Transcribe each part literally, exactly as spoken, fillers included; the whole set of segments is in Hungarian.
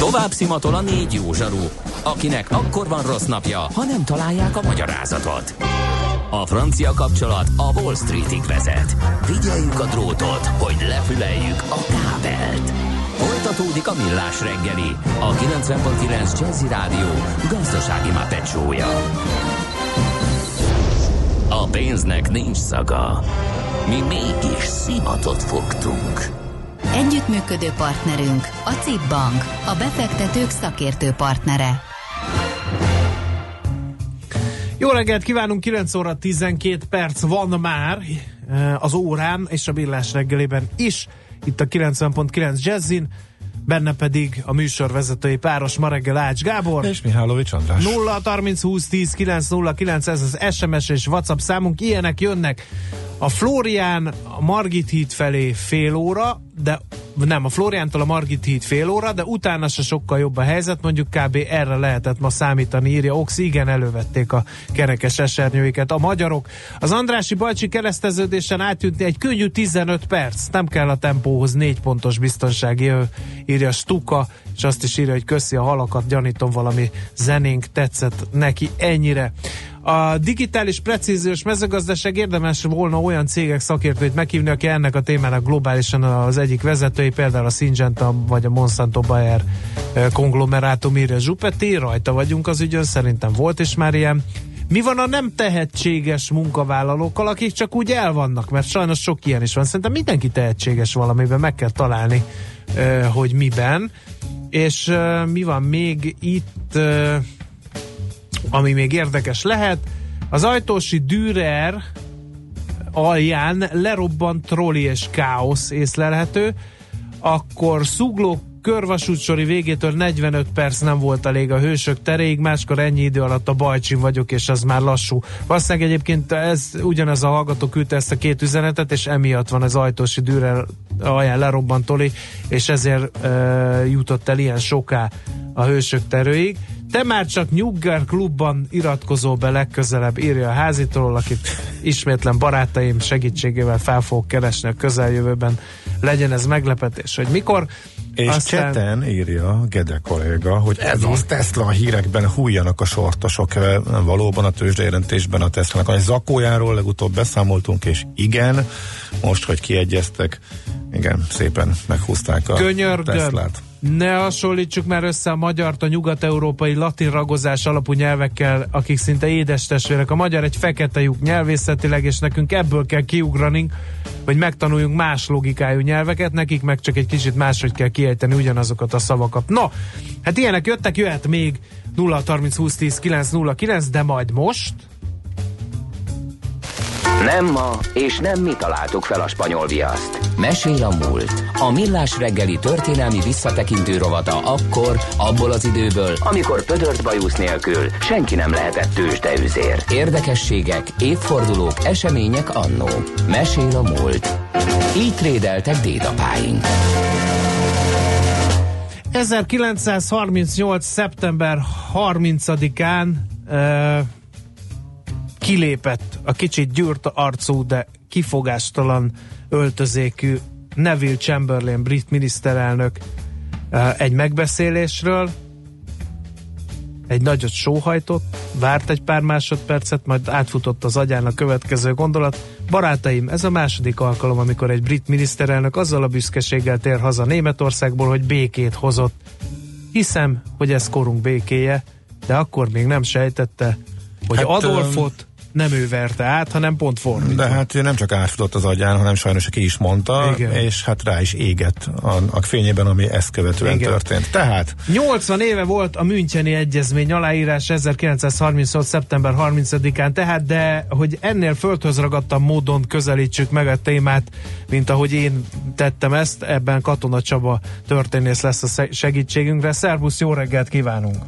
Tovább szimatol a négy jó zsaru, akinek akkor van rossz napja, ha nem találják a magyarázatot. A francia kapcsolat a Wall Streetig vezet. Figyeljük a drótot, hogy lefüleljük a kábelt. Folytatódik a Millás reggeli, a kilencven pont kilenc Jazzy Rádió gazdasági mápecsója. A pénznek nincs szaga. Mi mégis szimatot fogtunk. Együttműködő partnerünk a cé i bé Bank, a befektetők szakértő partnere. Jó reggelt kívánunk, kilenc óra tizenkét perc van már az órán, és a Millás reggelében is, itt a kilencven pont kilenc Jazzin, benne pedig a műsorvezetői páros, ma reggel Ács Gábor és Mihálovics András. nulla harminc húsz tíz kilenc nulla kilenc, ez az es em es és WhatsApp számunk, ilyenek jönnek. A Flórián a Margit híd felé fél óra, de nem, a Flóriántól a Margit híd fél óra, de utána se sokkal jobb a helyzet, mondjuk kb. Erre lehetett ma számítani, írja Oxi, igen, elővették a kerekes esernyőiket a magyarok. Az Andrássy Bajcsi kereszteződésen átjutni egy könnyű tizenöt perc, nem kell a tempóhoz négy pontos biztonsági, írja Stuka, és azt is írja, hogy köszi a halakat, gyanítom valami zenénk tetszett neki ennyire. A digitális precíziós mezőgazdaság, érdemes volna olyan cégek szakértőit meghívni, aki ennek a témának globálisan az egyik vezetői, például a Syngenta vagy a Monsanto Bayer konglomerátum, írja Zsupeti, rajta vagyunk az ügyön, szerintem volt is már ilyen. Mi van a nem tehetséges munkavállalókkal, akik csak úgy el vannak, mert sajnos sok ilyen is van. Szerintem mindenki tehetséges valamiben, meg kell találni, hogy miben. És mi van még itt, ami még érdekes lehet, az Ajtósi Dürer alján lerobbant trolli és káosz észlelhető, akkor Zugló körvasútsori végétől negyvenöt perc nem volt elég a Hősök teréig, máskor ennyi idő alatt a Bajcsin vagyok, és az már lassú. Valószínűleg egyébként ez, ugyanez a hallgató küldte ezt a két üzenetet, és emiatt van az Ajtósi Dürer alján lerobbant trolli, és ezért e, jutott el ilyen soká a Hősök terőig. Te már csak Nyugger klubban iratkozol be legközelebb, írja a házitól, akit ismétlen barátaim segítségével fel fogok keresni a közeljövőben. Legyen ez meglepetés, hogy mikor. És aztán... cseten írja Gede kolléga, hogy ez az Tesla a hírekben hújjanak a sortosok. Valóban a tőzsdejelentésben a Teslának a zakójáról legutóbb beszámoltunk, és igen, most, hogy kiegyeztek, igen, szépen meghúzták a Könyörgöm. Teslát. Ne hasonlítsuk már össze a magyart a nyugat-európai latin ragozás alapú nyelvekkel, akik szinte édestestvérek. A magyar egy fekete lyuk nyelvészetileg, és nekünk ebből kell kiugranunk, hogy megtanuljunk más logikájú nyelveket, nekik meg csak egy kicsit máshogy kell kiejteni ugyanazokat a szavakat. No, hát ilyenek jöttek, jöhet még nulla harminc húsz tíz kilenc nulla kilenc, de majd most... Nem ma, és nem mi találtuk fel a spanyol viaszt. Mesél a múlt. A Millás reggeli történelmi visszatekintő rovata akkor, abból az időből, amikor pödört bajusz nélkül senki nem lehetett tőzsdeüzér. Érdekességek, évfordulók, események annó. Mesél a múlt. Így trédeltek dédapáink. ezerkilencszázharmincnyolc. szeptember harmincadikán uh, kilépett a kicsit gyűrt arcú, de kifogástalan öltözékű Neville Chamberlain brit miniszterelnök egy megbeszélésről, egy nagyot sóhajtott, várt egy pár másodpercet, majd átfutott az agyán a következő gondolat. Barátaim, ez a második alkalom, amikor egy brit miniszterelnök azzal a büszkeséggel tér haza Németországból, hogy békét hozott. Hiszem, hogy ez korunk békéje, de akkor még nem sejtette, hogy hát, Adolfot nem ő verte át, hanem pont fordítva. De hát nem csak átfutott az agyán, hanem sajnos ki is mondta, igen. És hát rá is égett a, a fényében, ami ezt követően igen. történt. Tehát nyolcvan éve volt a Müncheni Egyezmény aláírás ezerkilencszázharmincnyolc. szeptember harmincadikán, tehát, de hogy ennél földhöz ragadtabb módon közelítsük meg a témát, mint ahogy én tettem ezt, ebben Katona Csaba történész lesz a segítségünkre. Szervusz, jó reggelt kívánunk!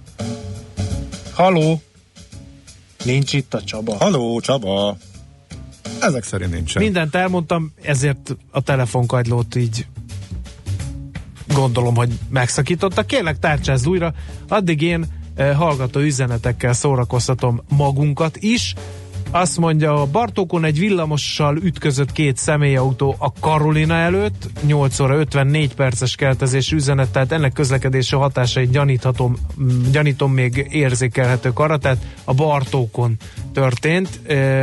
Halló! Nincs itt a Csaba. Halló, Csaba! Ezek szerint nincsen. Mindent elmondtam, ezért a telefonkagylót így gondolom, hogy megszakítottak. Kérlek, tárcsázz újra, addig én eh, hallgató üzenetekkel szórakoztatom magunkat is. Azt mondja, a Bartókon egy villamossal ütközött két személyautó a Karolina előtt, nyolc óra ötvennégy perces keltezés üzenet, tehát ennek közlekedési hatásait gyaníthatom, gyanítom még érzékelhetők arra, tehát a Bartókon történt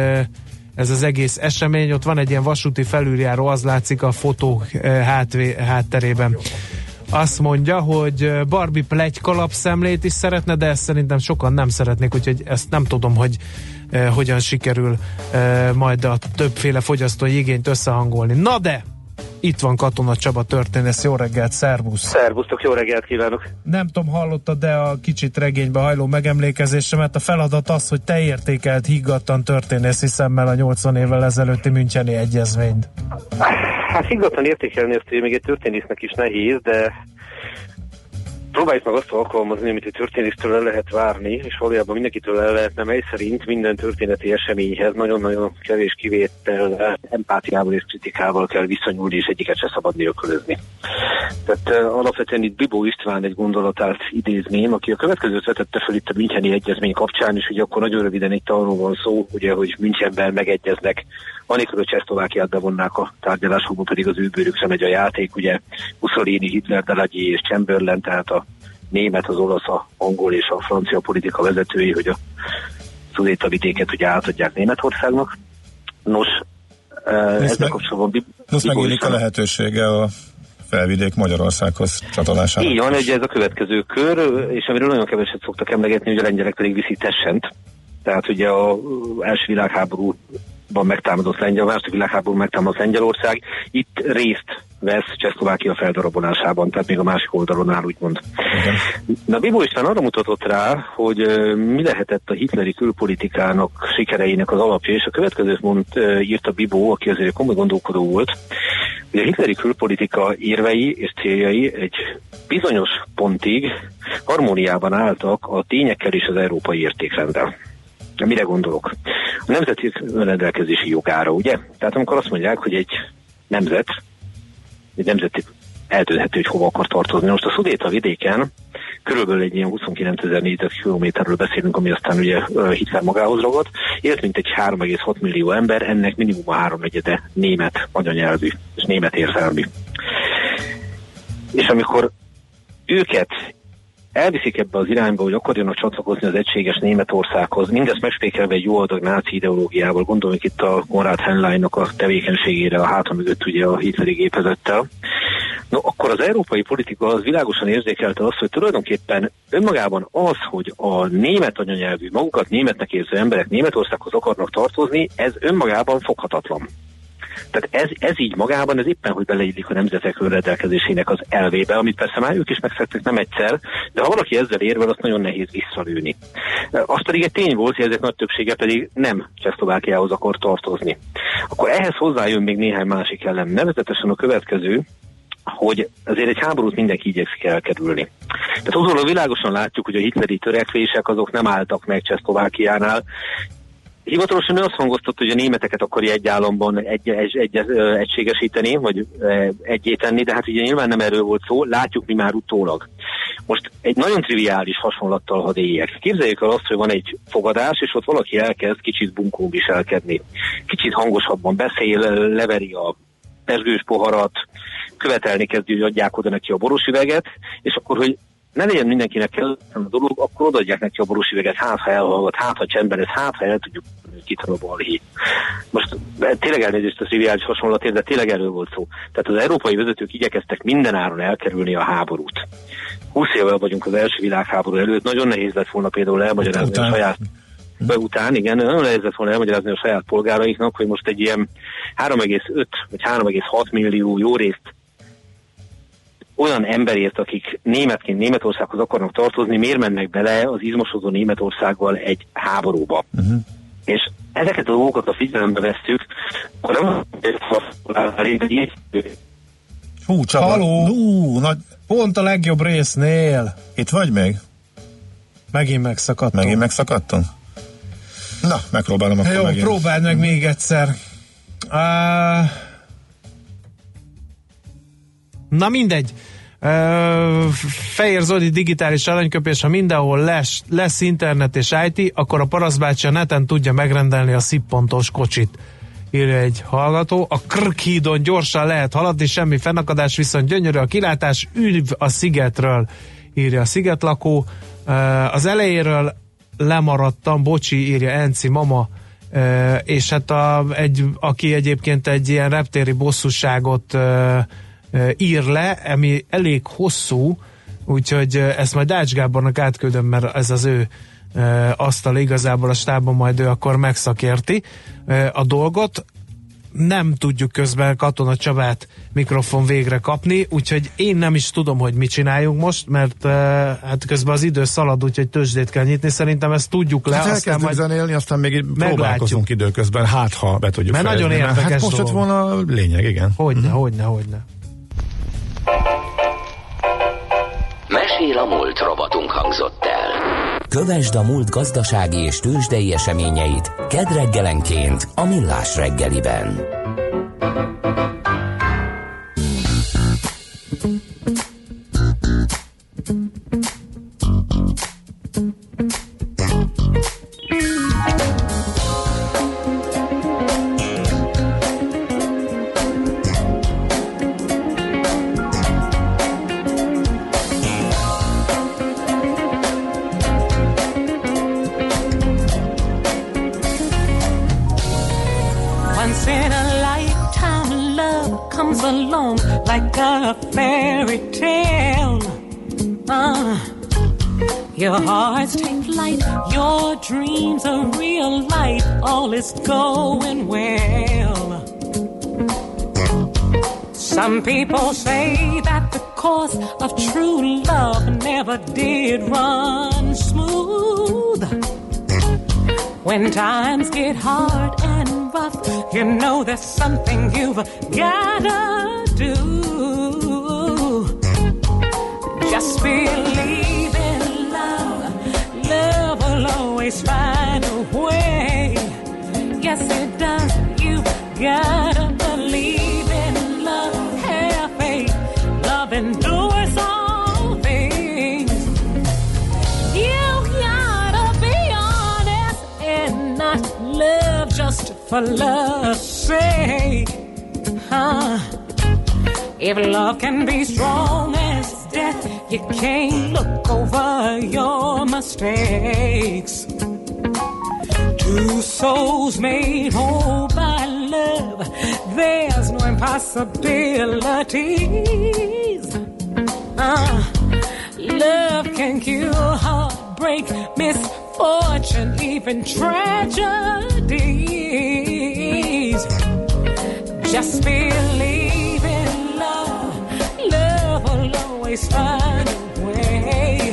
ez az egész esemény, ott van egy ilyen vasúti felüljáró, az látszik a fotó hátvé, hátterében. Azt mondja, hogy Barbie pletykalapszemlét is szeretne, de ezt szerintem sokan nem szeretnék, úgyhogy ezt nem tudom, hogy eh, hogyan sikerül eh, majd a többféle fogyasztói igényt összehangolni. Na de, itt van Katona Csaba történész, jó reggelt, szervusz! Szervusztok, jó reggelt kívánok! Nem tudom, hallottad, de a kicsit regénybe hajló megemlékezésemet, a feladat az, hogy te értékelt higgadtan történészi szemmel a nyolcvan évvel ezelőtti Müncheni egyezményt. Hát higgadtan értékelni azt, hogy még egy történésznek is nehéz, de próbáljuk meg azt alkalmazni, amit egy történésztől el lehet várni, és valójában mindenkitől el lehetne, mely szerint minden történeti eseményhez nagyon-nagyon kevés kivétel, empátiával és kritikával kell viszonyulni, és egyiket se szabad nélkülözni. Tehát uh, alapvetően itt Bibó István egy gondolatát idézném, aki a következőt vetette fel itt a Müncheni egyezmény kapcsán, és ugye akkor nagyon röviden itt arról van szó, ugye, hogy Münchenben megegyeznek, anélkül, hogy Csehszlovákiát bevonnák a tárgyalásokba, pedig az ő bőrükre megy a játék, ugye Mussolini, Hitler, Dalagyi és Chamberlain, tehát a német, az olasz, a angol és a francia politika vezetői, hogy a Szudétavidéket ugye átadják Németországnak. Nos, ezzel meg, kapcsolatban... Most megnyílik a lehetősége a felvidék Magyarországhoz csatolására. Így van, ugye ez a következő kör, és amiről nagyon keveset szoktak emlegetni, hogy a lengyelek pedig viszik Tessent. Tehát ugye az első világháborúban megtámadott Lengyel, a második világháború megtámadott Lengyelország, itt részt vesz Csehszlovákia feldarabolásában, tehát még a másik oldalon áll, úgymond. Okay. Na, Bibó István arra mutatott rá, hogy uh, mi lehetett a hitleri külpolitikának sikereinek az alapja, és a következőt mond, uh, írta Bibó, aki azért komoly gondolkodó volt, hogy a hitleri külpolitika érvei és céljai egy bizonyos pontig harmóniában álltak a tényekkel és az európai értékrenddel. Mire gondolok? A nemzeti önrendelkezési jogára, ugye? Tehát amikor azt mondják, hogy egy nemzet, egy nemzeti eldönthető, hogy hova akar tartozni. Most a Szudétavidéken körülbelül egy ilyen huszonkilencezer négyzetkilométerről beszélünk, ami aztán ugye Hitler magához ragadt, élt mint egy három egész hat millió ember, ennek minimum a háromnegyede német anyanyelvű, és német érzelmű. És amikor őket elviszik ebbe az irányba, hogy akarjanak csatlakozni az egységes Németországhoz, mindezt megspékelve egy jó adag náci ideológiával, gondoljuk itt a Konrad Henleinnak a tevékenységére, a háta mögött ugye a hitleri gépezettel. No, akkor az európai politika az világosan érzékelte azt, hogy tulajdonképpen önmagában az, hogy a német anyanyelvű, magukat németnek érző emberek Németországhoz akarnak tartozni, ez önmagában foghatatlan. Tehát ez, ez így magában, ez éppen, hogy beleillik a nemzetek önrendelkezésének az elvébe, amit persze már ők is megszektek nem egyszer, de ha valaki ezzel érvel, azt nagyon nehéz visszalőni. Az pedig egy tény volt, hogy ezek nagy többsége pedig nem Csehszlovákiához akar tartozni. Akkor ehhez hozzájön még néhány másik elem, nevezetesen a következő, hogy azért egy háborút mindenki igyekszik elkerülni. Tehát azonban világosan látjuk, hogy a hitleri törekvések azok nem álltak meg Csehszlovákiánál. Hivatalosan ő azt hangoztatta, hogy a németeket akarja egy államban egy, egy, egy, egységesíteni, vagy egyé tenni, de hát ugye nyilván nem erről volt szó, látjuk mi már utólag. Most egy nagyon triviális hasonlattal hadd éljek. Képzeljük el azt, hogy van egy fogadás, és ott valaki elkezd kicsit bunkón viselkedni. Kicsit hangosabban beszél, leveri a pezsgős poharat, követelni kezdi, hogy adják oda neki a boros üveget, és akkor, hogy ne legyen mindenkinek kell a dolog, akkor odaadják neki a boros üveget, hát ha elhallgat, hát ha csendben, ez hát ha el tudjuk kitara a balhé. Most tényleg elnézést a triviális hasonlatért, de tényleg erről volt szó. Tehát az európai vezetők igyekeztek mindenáron elkerülni a háborút. húsz évvel vagyunk az első világháború előtt, nagyon nehéz lett volna például elmagyarázni után. a saját be után, igen, nagyon nehéz lett volna elmagyarázni a saját polgáraiknak, hogy most egy ilyen három egész öt vagy három egész hat millió jó részt olyan emberért, akik németként Németországhoz akarnak tartozni, miért mennek bele az izmosodó Németországgal egy háborúba. Uh-huh. És ezeket a dolgokat a figyelembe vesszük, akkor nem Hú, Csaba. Haló! Hú, nagy... Pont a legjobb résznél. Itt vagy még? Megint megszakadtunk. Megint megszakadtunk? Na, megpróbálom akkor Jó, megint. próbáld meg még egyszer. Uh... Na mindegy. Uh, Fehér Zoli digitális aranyköpés, ha mindenhol lesz, lesz internet és i té, akkor a parasztbácsi a neten tudja megrendelni a szippontos kocsit, írja egy hallgató. A Krk-hídon gyorsan lehet haladni, semmi fennakadás, viszont gyönyörű a kilátás, üdv a szigetről, írja a szigetlakó. Uh, az elejéről lemaradtam, bocsi, írja Enci mama, uh, és hát a, egy, aki egyébként egy ilyen reptéri bosszúságot uh, ír le, ami elég hosszú, úgyhogy ezt majd Ács Gábornak átküldöm, mert ez az ő asztal igazából a stábban, majd ő akkor megszakérti a dolgot. Nem tudjuk közben Katona Csabát mikrofon végre kapni, úgyhogy én nem is tudom, hogy mit csináljunk most, mert hát közben az idő szalad, úgyhogy tőzsdét kell nyitni, szerintem ezt tudjuk le. Hát aztán majd zenélni, aztán még próbálkozunk időközben, hát ha be tudjuk mert fejezni. Nagyon érdekes hát most dolog. ott volna a lényeg, igen. Hogyne, uh-huh. hogyne, hogyne. Mesél a múlt robotunk hangzott el. Kövesd a múlt gazdasági és tőzsdei eseményeit kedd reggelenként a Millás reggeliben. Along like a fairy tale. Uh, your hearts take flight, your dreams are real life, all is going well. Some people say that the course of true love never did run smooth. When times get hard and rough, you know there's something you've gotta do. Just believe in love. Love will always find a way. Yes, it does. You gotta believe in love. Have faith. Love endures all things. You gotta be honest and not love just for love's sake. Huh? If love can be strong as death, you can't look over your mistakes. Two souls made whole by love, there's no impossibilities. Uh, love can cure heartbreak, misfortune, even tragedies. Just believe in love, love will always find a way.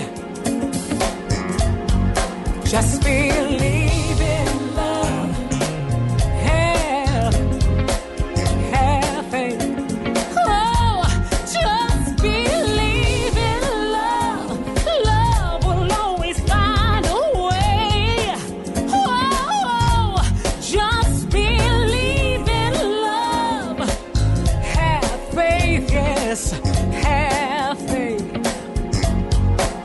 Just believe in love, have, have faith. Oh, just believe in love, love will always find a way. Oh, just believe in love, have faith, yes, have faith.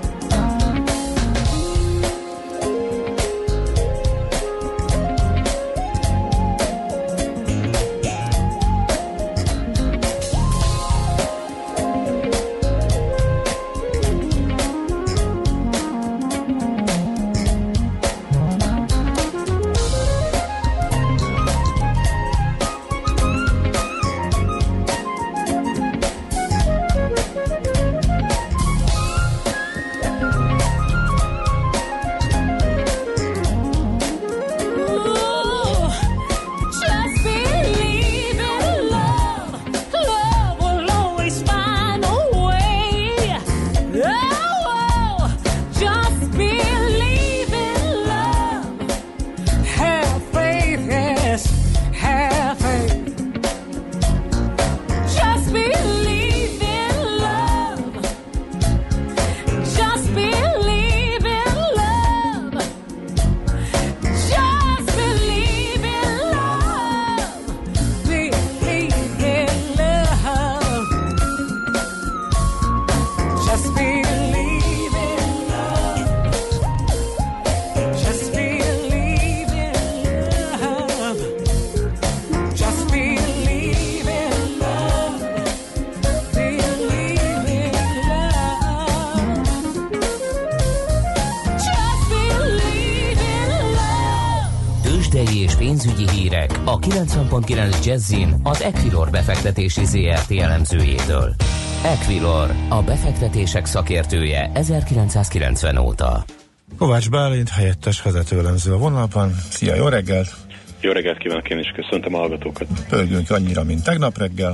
tőzsdei és pénzügyi hírek a kilencven pont kilenc Jazzin az Equilor befektetési zé er té elemzőjétől. Equilor, a befektetések szakértője ezerkilencszázkilencven óta. Kovács Bálint, helyettes vezetőelemző a vonalban. Szia, jó reggelt! Jó reggelt kívánok, én is köszöntöm a hallgatókat. Pörgünk annyira, mint tegnap reggel.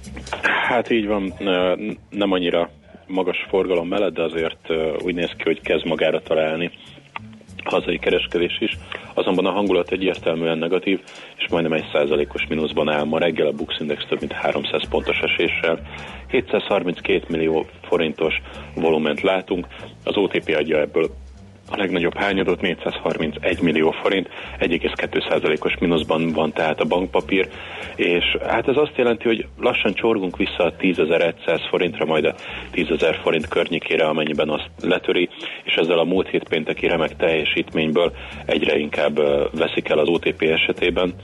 Hát így van, nem annyira magas forgalom mellett, de azért úgy néz ki, hogy kezd magára találni hazai kereskedés is. Azonban a hangulat egyértelműen negatív, és majdnem egy százalékos mínuszban áll ma reggel, a Bux Index több mint háromszáz pontos eséssel. hétszázharminckét millió forintos volument látunk, az o té pé adja ebből a legnagyobb hányadot, négyszázharmincegy millió forint, egy egész kettő százalékos mínuszban van tehát a bankpapír, és hát ez azt jelenti, hogy lassan csorgunk vissza a tízezer-száz forintra, majd a tízezer forint környékére, amennyiben azt letöri, és ezzel a múlt hét pénteki remek teljesítményből egyre inkább veszik el az o té pé esetében,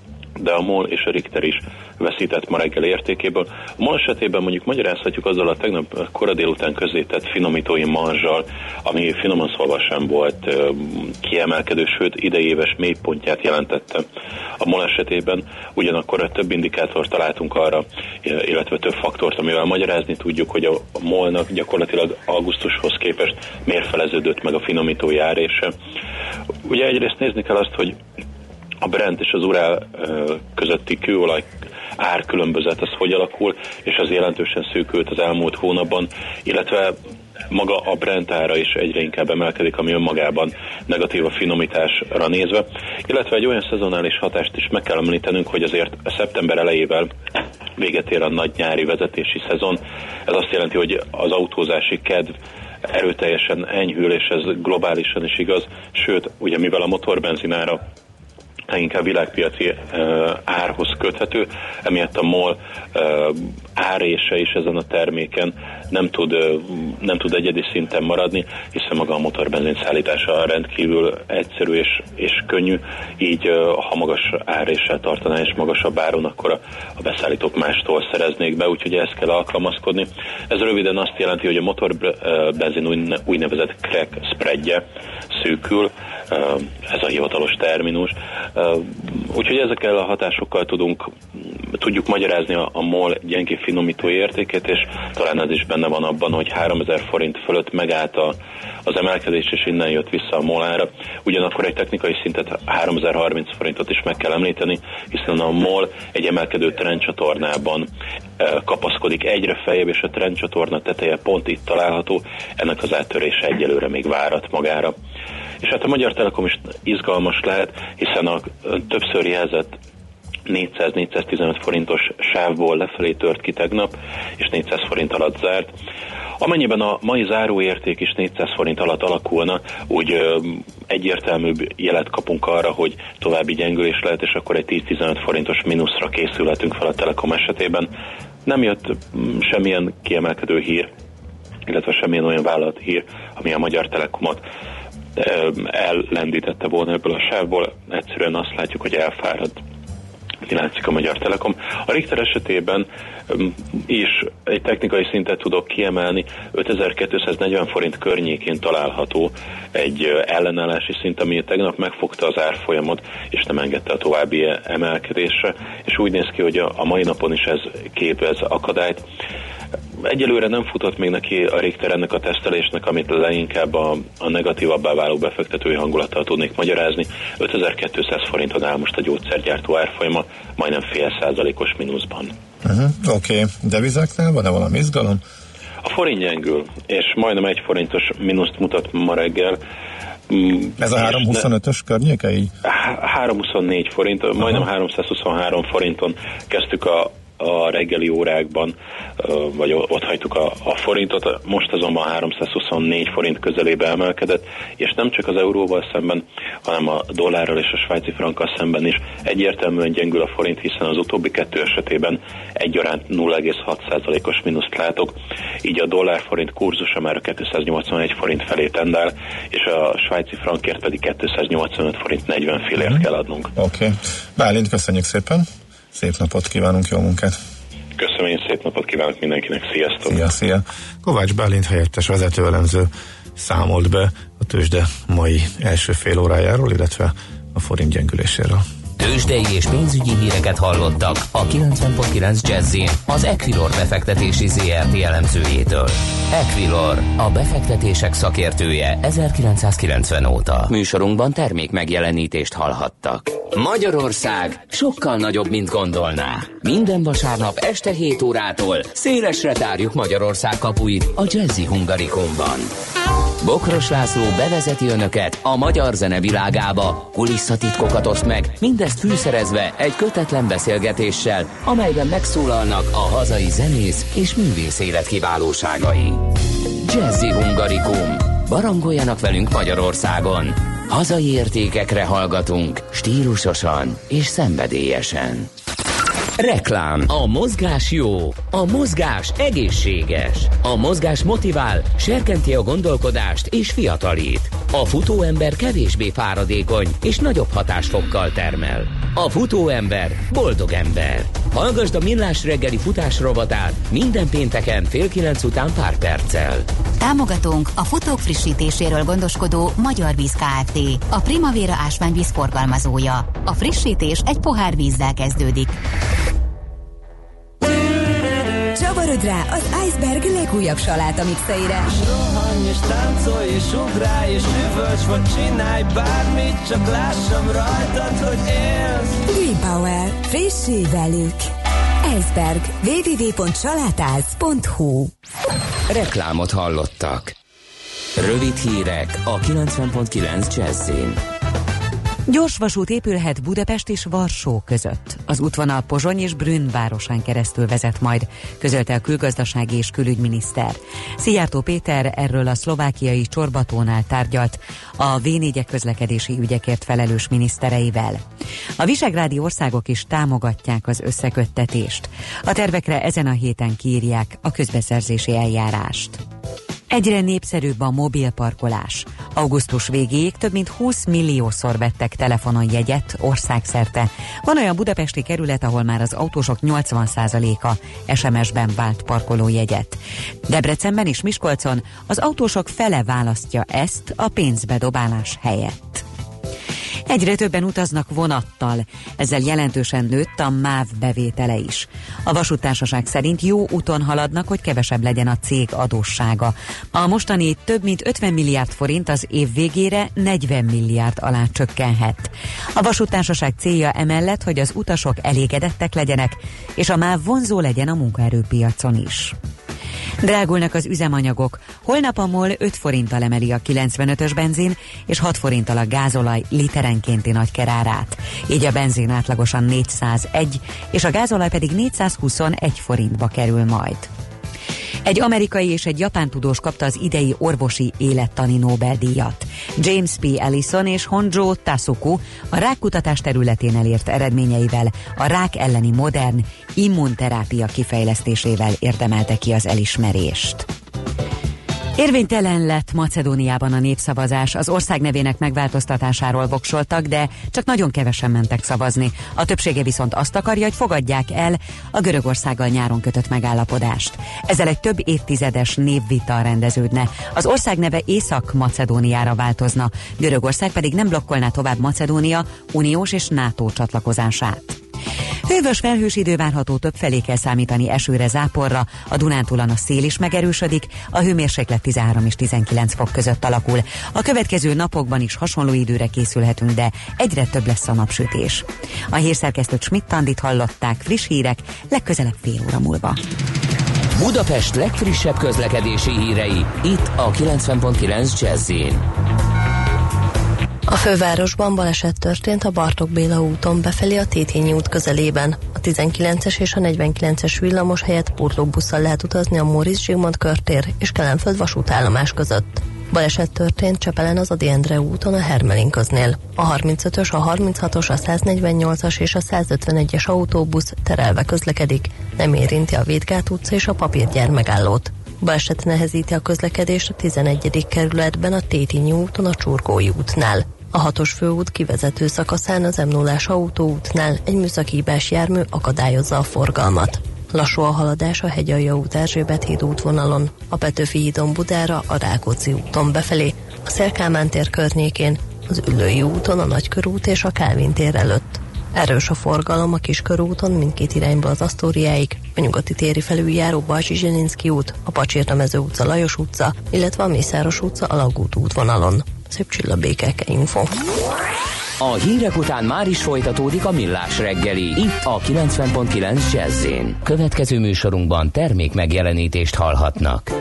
de a MOL és a Richter is veszített ma reggel értékéből. A MOL esetében mondjuk magyarázhatjuk azzal a tegnap kora délután közzétett finomítói marzsal, ami finoman szólva sem volt uh, kiemelkedő, sőt idejéves mélypontját jelentette. A MOL esetében ugyanakkor több indikátort találtunk arra, illetve több faktort, amivel magyarázni tudjuk, hogy a MOL-nak gyakorlatilag augusztushoz képest mérfeleződött meg a finomítói árése. Ugye egyrészt nézni kell azt, hogy a Brent és az Urál közötti kőolaj árkülönbözet az hogy alakul, és az jelentősen szűkült az elmúlt hónapban, illetve maga a Brent ára is egyre inkább emelkedik, ami önmagában negatív a finomításra nézve, illetve egy olyan szezonális hatást is meg kell említenünk, hogy azért szeptember elejével véget ér a nagy nyári vezetési szezon. Ez azt jelenti, hogy az autózási kedv erőteljesen enyhül, és ez globálisan is igaz, sőt, ugye mivel a motorbenzinára inkább világpiaci uh, árhoz köthető, emiatt a MOL uh, árése is ezen a terméken nem tud, uh, nem tud egyedi szinten maradni, hiszen maga a motorbenzin szállítása rendkívül egyszerű és, és könnyű, így uh, ha magas áréssel tartaná és magasabb áron, akkor a, a beszállítók mástól szereznék be, úgyhogy ezt kell alkalmazkodni. Ez röviden azt jelenti, hogy a motorbenzin úgynevezett crack spreadje szűkül, ez a hivatalos terminus. Úgyhogy ezekkel a hatásokkal tudunk, tudjuk magyarázni a, a MOL gyengé finomító értékét, és talán ez is benne van abban, hogy háromezer forint fölött megállt a, az emelkedés, és innen jött vissza a MOL ára. Ugyanakkor egy technikai szintet háromezer-harminc forintot is meg kell említeni, hiszen a MOL egy emelkedő trendcsatornában kapaszkodik egyre feljebb, és a trendcsatorna teteje pont itt található, ennek az áttörése egyelőre még várat magára. És hát a Magyar Telekom is izgalmas lehet, hiszen a többször jelzett négyszáz-négyszáztizenöt forintos sávból lefelé tört ki tegnap, és négyszáz forint alatt zárt. Amennyiben a mai záróérték is négyszáz forint alatt alakulna, úgy ö, egyértelműbb jelet kapunk arra, hogy további gyengülés lehet, és akkor egy tíz-tizenöt forintos mínuszra készülhetünk fel a Telekom esetében. Nem jött m, semmilyen kiemelkedő hír, illetve semmilyen olyan vállalat hír, ami a Magyar Telekomot ellendítette volna ebből a sávból. Egyszerűen azt látjuk, hogy elfárad, látszik a Magyar Telekom. A Richter esetében is egy technikai szintet tudok kiemelni, ötezer-kétszáznegyven forint környékén található egy ellenállási szint, ami tegnap megfogta az árfolyamot, és nem engedte a további emelkedésre, és úgy néz ki, hogy a mai napon is ez képez akadályt. Egyelőre nem futott még neki a Richter ennek a tesztelésnek, amit leginkább a, a negatívabbá váló befektetői hangulattal tudnék magyarázni. ötezer-kétszáz forinton áll most a gyógyszergyártó árfolyama, majdnem fél százalékos mínuszban. Uh-huh, Oké, okay. Devizáknál van-e valami izgalom? A forint gyengül, és majdnem egy forintos mínuszt mutat ma reggel. Ez a háromszázhuszonötös környéke így? háromszázhuszonnégy forint, uh-huh. Majdnem háromszázhuszonhárom forinton kezdtük a a reggeli órákban, vagy ott hagytuk a, a forintot, most azonban háromszázhuszonnégy forint közelébe emelkedett, és nem csak az euróval szemben, hanem a dollárral és a svájci frankkal szemben is egyértelműen gyengül a forint, hiszen az utóbbi kettő esetében egyaránt nulla egész hat százalékos mínuszt látok, így a dollár-forint kurzusa már a kétszáznyolcvanegy forint felé tendál, és a svájci frankért pedig kétszáznyolcvanöt forint negyven fillért mm. kell adnunk. Oké. Okay. Bálint, köszönjük szépen! Szép napot kívánunk, jó munkát! Köszönöm, én szép napot kívánok mindenkinek, sziasztok! Szia, szia! Kovács Bálint helyettes vezetőelemző számolt be a tőzsde mai első fél órájáról, illetve a forint gyengüléséről. Tőzsdei és pénzügyi híreket hallottak a kilencven pont kilenc Jazzin az Equilor befektetési zé er té elemzőjétől. Equilor, a befektetések szakértője ezerkilencszázkilencven óta. Műsorunkban termék megjelenítést hallhattak. Magyarország sokkal nagyobb, mint gondolná. Minden vasárnap este hét órától szélesre tárjuk Magyarország kapuit a Jazzy Hungarikumban. Bokros László bevezeti önöket a magyar zene világába, kulisszatitkokat oszt meg, mindezt fűszerezve egy kötetlen beszélgetéssel, amelyben megszólalnak a hazai zenész és művész élet kiválóságai. Jazzy Hungarikum. Barangoljanak velünk Magyarországon. Hazai értékekre hallgatunk, stílusosan és szenvedélyesen. Reklám. A mozgás jó. A mozgás egészséges. A mozgás motivál, serkenti a gondolkodást és fiatalít. A futóember kevésbé fáradékony és nagyobb hatásfokkal termel. A futóember boldog ember. Hallgasd a Millás reggeli futás rovatát minden pénteken fél kilenc után pár perccel. Támogatónk a futók frissítéséről gondoskodó Magyar Víz Kft. A Primavera ásványvíz forgalmazója. A frissítés egy pohár vízzel kezdődik. Csavarodj rá az Iceberg legújabb saláta mixeire. Rohanj és táncolj és ugrálj és üvölts, vagy csinálj bármit, csak lássam rajtad, hogy élsz. Green Power. Frissülj velük. Iceberg. double-u double-u double-u pont salátáz pont hu. Reklámot hallottak. Rövid hírek a kilencven pont kilenc Jazzin. Gyorsvasút épülhet Budapest és Varsó között. Az útvonal Pozsony és Brünn városán keresztül vezet majd, közölte a külgazdasági és külügyminiszter. Szijjártó Péter erről a szlovákiai Csorbatónál tárgyalt a vé négyek közlekedési ügyekért felelős minisztereivel. A visegrádi országok is támogatják az összeköttetést. A tervekre ezen a héten kiírják a közbeszerzési eljárást. Egyre népszerűbb a mobilparkolás. Augusztus végéig több mint húsz milliószor vettek telefonon jegyet országszerte. Van olyan budapesti kerület, ahol már az autósok nyolcvan százaléka es em es-ben vált parkolójegyet. Debrecenben és Miskolcon az autósok fele választja ezt a pénzbedobálás helyett. Egyre többen utaznak vonattal, ezzel jelentősen nőtt a MÁV bevétele is. A vasúttársaság szerint jó úton haladnak, hogy kevesebb legyen a cég adóssága. A mostani több mint ötven milliárd forint az év végére negyven milliárd alá csökkenhet. A vasúttársaság célja emellett, hogy az utasok elégedettek legyenek, és a MÁV vonzó legyen a munkaerőpiacon is. Drágulnak az üzemanyagok. Holnap a MOL öt forinttal emeli a kilencvenötös benzin és hat forinttal a gázolaj literenkénti nagykerárát. Így a benzin átlagosan négyszázegy, és a gázolaj pedig négyszázhuszonegy forintba kerül majd. Egy amerikai és egy japán tudós kapta az idei orvosi élettani Nobel-díjat. James P. Ellison és Honjo Tasuku a rákkutatás területén elért eredményeivel a rák elleni modern immunterápia kifejlesztésével érdemelte ki az elismerést. Érvénytelen lett Macedóniában a népszavazás. Az ország nevének megváltoztatásáról voksoltak, de csak nagyon kevesen mentek szavazni. A többsége viszont azt akarja, hogy fogadják el a Görögországgal nyáron kötött megállapodást. Ezzel egy több évtizedes névvita rendeződne. Az ország neve Észak-Macedóniára változna, Görögország pedig nem blokkolná tovább Macedónia uniós és NATO csatlakozását. Hővös felhős idő várható, többfelé kell számítani esőre, záporra, a Dunántúlon a szél is megerősödik, a hőmérséklet tizenhárom és tizenkilenc fok között alakul. A következő napokban is hasonló időre készülhetünk, de egyre több lesz a napsütés. A hírszerkesztőt Schmidt-Tandit hallották, friss hírek, legközelebb fél óra múlva. Budapest legfrissebb közlekedési hírei, itt a kilencven pont kilenc Jazz-in. A fővárosban baleset történt a Bartók Béla úton befelé a Tétényi út közelében. A tizenkilences és a negyvenkilences villamos helyett pótlóbusszal lehet utazni a Móricz Zsigmond körtér és Kelenföld vasútállomás között. Baleset történt Csepelen az Ady Endre úton a Hermelin köznél. A harmincötös, a harminchatos, a száznegyvennyolcas és a százötvenegyes autóbusz terelve közlekedik, nem érinti a Védgát utca és a Papírgyár megállót. Baleset nehezíti a közlekedést a tizenegyedik kerületben a Tétényi úton a Csurgói útnál. A hatos főút kivezető szakaszán az em nullás autóútnál egy műszaki hibás jármű akadályozza a forgalmat. Lassú a haladás a Hegyalja út Erzsébet híd útvonalon, a Petőfi hídon Budára, a Rákóczi úton befelé, a Széll Kálmán tér környékén, az Üllői úton, a Nagykörút és a Kálvin tér előtt. Erős a forgalom a Kiskörúton mindkét irányba az Asztóriáig, a nyugati téri felüljáró Bajcsy-Zsilinszky út, a Pacsirta-mező utca Lajos utca, illetve a Mészáros utca Alagút útvonalon. Szép csillabékeke info. A hírek után már is folytatódik a Millás reggeli, itt a kilencven pont kilenc Jazz-én. Következő műsorunkban termék megjelenítést hallhatnak.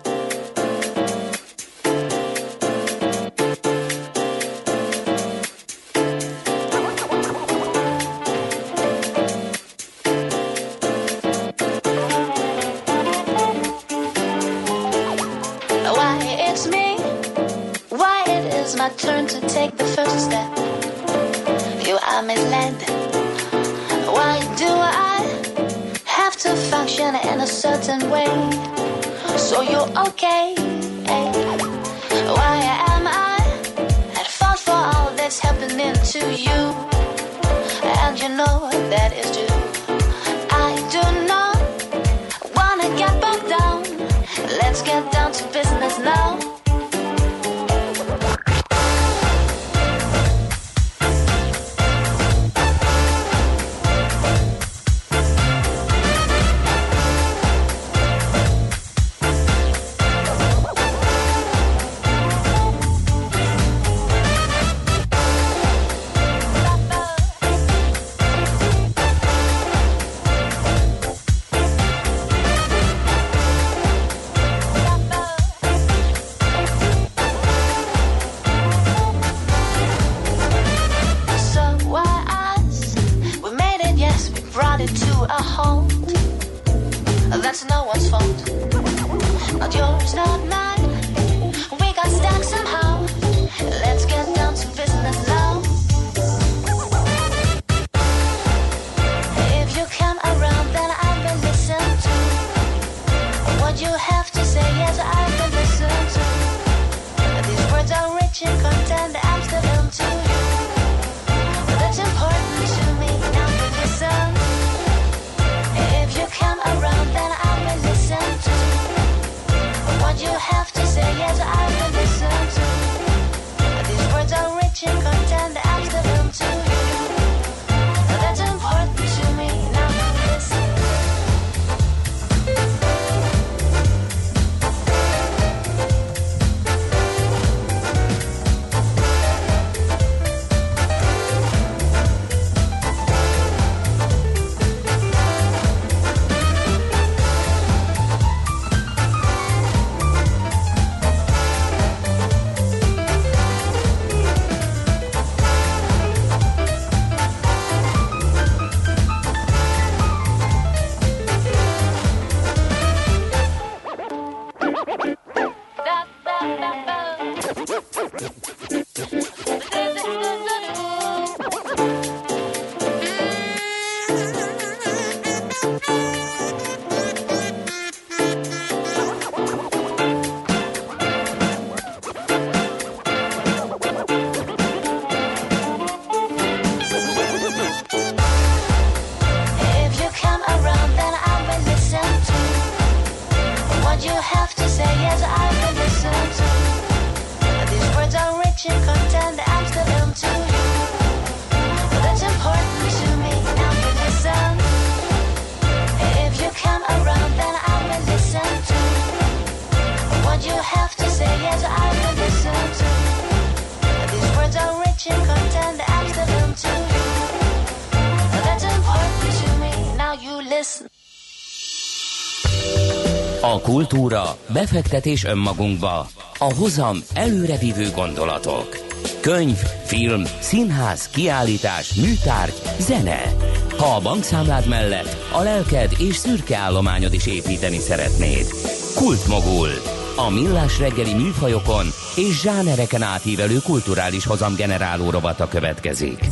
A kultúra, befektetés önmagunkba, a hozam előrevívő gondolatok. Könyv, film, színház, kiállítás, műtárgy, zene. Ha a bankszámlád mellett a lelked és szürke állományod is építeni szeretnéd. Kultmogul. A Millás reggeli műfajokon és zsánereken átívelő kulturális hozamgeneráló rovata következik.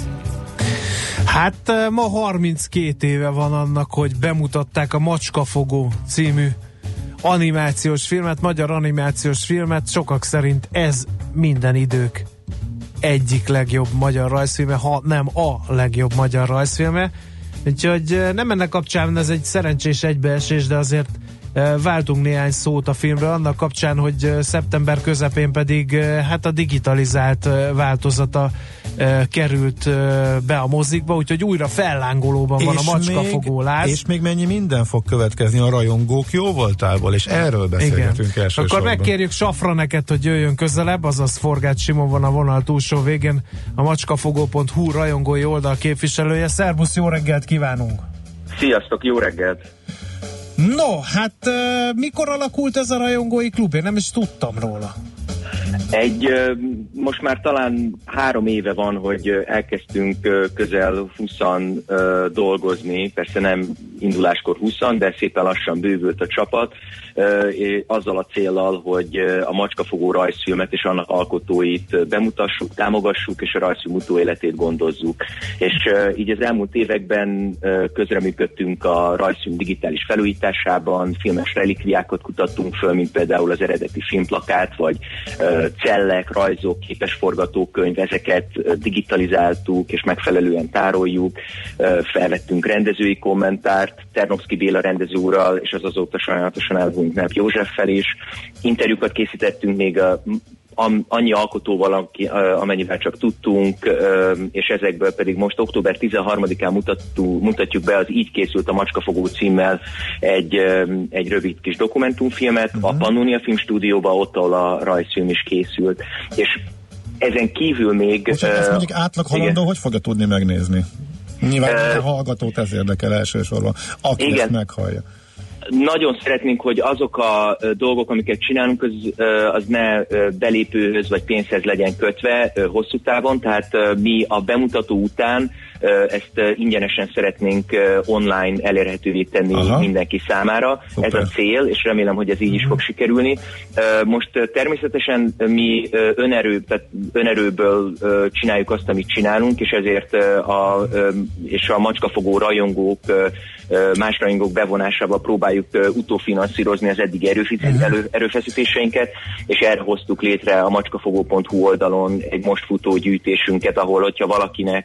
Hát ma harminckét éve van annak, hogy bemutatták a Macskafogó című animációs filmet, magyar animációs filmet. Sokak szerint ez minden idők egyik legjobb magyar rajzfilme, ha nem a legjobb magyar rajzfilme. Úgyhogy nem ennek kapcsán ez egy szerencsés egybeesés, de azért Váltunk néhány szót a filmről, annak kapcsán, hogy szeptember közepén pedig hát a digitalizált változata került be a mozikba, úgyhogy újra fellángolóban van a macskafogó láz. És még mennyi minden fog következni a rajongók jó voltából, és erről beszélgetünk elsősorban. Akkor megkérjük Safraneket, hogy jöjjön közelebb, azaz Forgács Simon van a vonal túlsó végén, a macskafogó pont hu rajongói oldal képviselője. Szerbusz, jó reggelt kívánunk! Sziasztok, jó reggelt! No, hát uh, mikor alakult ez a rajongói klub? Én nem is tudtam róla. Egy, most már talán három éve van, hogy elkezdtünk közel húszan dolgozni, persze nem induláskor húszan, de szépen lassan bővült a csapat, azzal a céllal, hogy a macskafogó rajzfilmet és annak alkotóit bemutassuk, támogassuk, és a rajzfilm utóéletét gondozzuk. És így az elmúlt években közreműködtünk a rajzfilm digitális felújításában, filmes relikviákat kutattunk föl, mint például az eredeti filmplakát, vagy cellek, rajzok, képes forgatókönyv, ezeket digitalizáltuk és megfelelően tároljuk, felvettünk rendezői kommentárt Ternovszky Béla rendező úrral, és az azóta sajnálatosan elhunyt Neff Józseffel is. Interjúkat készítettünk még a annyi alkotóval, amennyivel csak tudtunk, és ezekből pedig most október tizenharmadikán mutattuk, mutatjuk be az Így készült a macskafogó címmel egy, egy rövid kis dokumentumfilmet uh-huh. a Pannonia Filmstúdióban, ott, ahol a rajzfilm is készült. És ezen kívül még... Most ezt mondjuk átlag halandó, hogy fogja tudni megnézni? Nyilván uh, a hallgatót ez érdekel elsősorban, aki igen. ezt meghallja. Nagyon szeretnénk, hogy azok a dolgok, amiket csinálunk, az, az ne belépőhöz vagy pénzhez legyen kötve hosszú távon, tehát mi a bemutató után ezt ingyenesen szeretnénk online elérhetővé tenni Aha. mindenki számára. Szuper. Ez a cél, és remélem, hogy ez így is fog sikerülni. Most természetesen mi önerő, tehát önerőből csináljuk azt, amit csinálunk, és ezért a, és a macskafogó rajongók, más rajongók bevonásával próbáljuk utófinanszírozni az eddig erő, erőfeszítéseinket, és erre hoztuk létre a macskafogó pont hu oldalon egy most futó gyűjtésünket, ahol, hogyha valakinek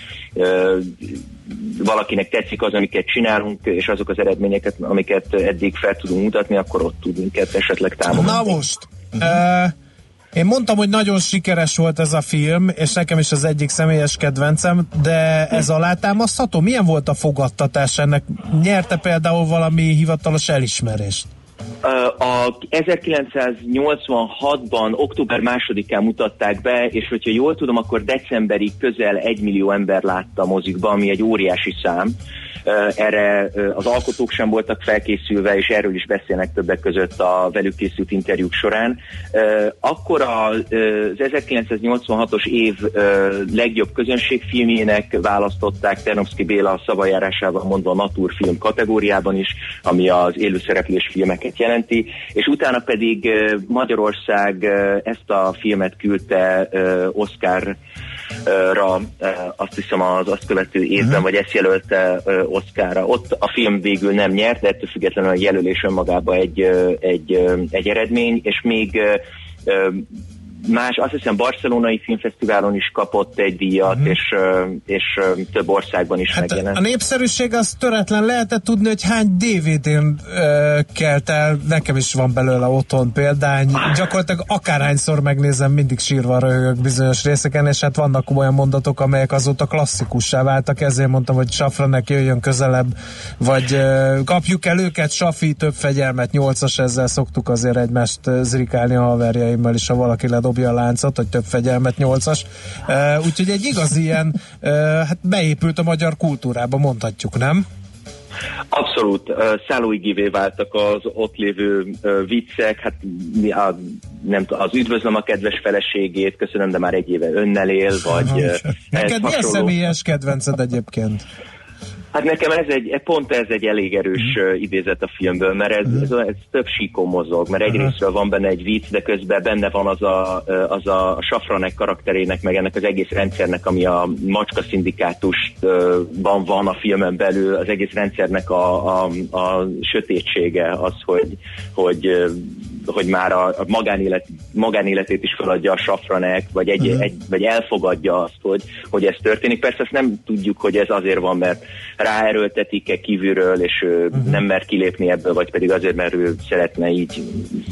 valakinek tetszik az, amiket csinálunk, és azok az eredményeket, amiket eddig fel tudunk mutatni, akkor ott tudunk esetleg támogatni. Na most, uh, én mondtam, hogy nagyon sikeres volt ez a film, és nekem is az egyik személyes kedvencem, de ez alátámasztható? Milyen volt a fogadtatás ennek? Nyerte például valami hivatalos elismerést? A ezerkilencszáznyolcvanhatban október másodikán mutatták be, és hogyha jól tudom, akkor decemberig közel egy millió ember látta a mozikba, ami egy óriási szám. Erre az alkotók sem voltak felkészülve, és erről is beszélnek többek között a velük készült interjúk során. Akkor az ezerkilencszáznyolcvanhatos év legjobb közönségfilmjének választották, Ternovszky Béla szavajárásával mondva a naturfilm kategóriában is, ami az élőszereplős filmeket jelenti, és utána pedig Magyarország ezt a filmet küldte Oscar ra, azt hiszem az azt követő évben, uh-huh. vagy ezt jelölte Oscarra. Ott a film végül nem nyert, de ettől függetlenül a jelölés önmagában egy, egy, egy eredmény, és még más, azt hiszem Barcelonai Filmfesztiválon is kapott egy díjat, uh-huh. és, és több országban is hát megjelent. A népszerűség az töretlen. Lehetett tudni, hogy hány dé vé dén uh, kelt el, nekem is van belőle otthon példány. Gyakorlatilag akárhányszor megnézem, mindig sírva röhögök bizonyos részeken, és hát vannak olyan mondatok, amelyek azóta klasszikussá váltak, ezért mondtam, hogy Safranek jöjjön közelebb, vagy uh, kapjuk el őket, Safi, több fegyelmet, nyolcas, ezzel szoktuk azért egymást zrikálni a haverjaimmal is, ha valaki ledobja a láncot, hogy több fegyelmet, nyolcas. Uh, úgyhogy egy igazi ilyen, uh, hát beépült a magyar kultúrába, mondhatjuk, nem? Abszolút. Uh, szállóigévé váltak az ott lévő uh, viccek, hát a, nem tudom, az üdvözlöm a kedves feleségét, köszönöm, de már egy éve önnel él, vagy... Uh, Neked mi a személyes kedvenced egyébként? Hát nekem ez egy, pont ez egy elég erős uh, idézet a filmből, mert ez, ez, ez több síkon mozog, mert egyrésztről van benne egy vicc, de közben benne van az a, az a Safranek karakterének, meg ennek az egész rendszernek, ami a macska szindikátusban van a filmen belül, az egész rendszernek a, a, a sötétsége, az, hogy, hogy hogy már a, a magánélet, magánéletét is feladja a Safranek, vagy, egy, uh-huh. egy, vagy elfogadja azt, hogy, hogy ez történik. Persze ezt nem tudjuk, hogy ez azért van, mert ráerőltetik-e kívülről, és uh-huh. nem mer kilépni ebből, vagy pedig azért, mert ő szeretne így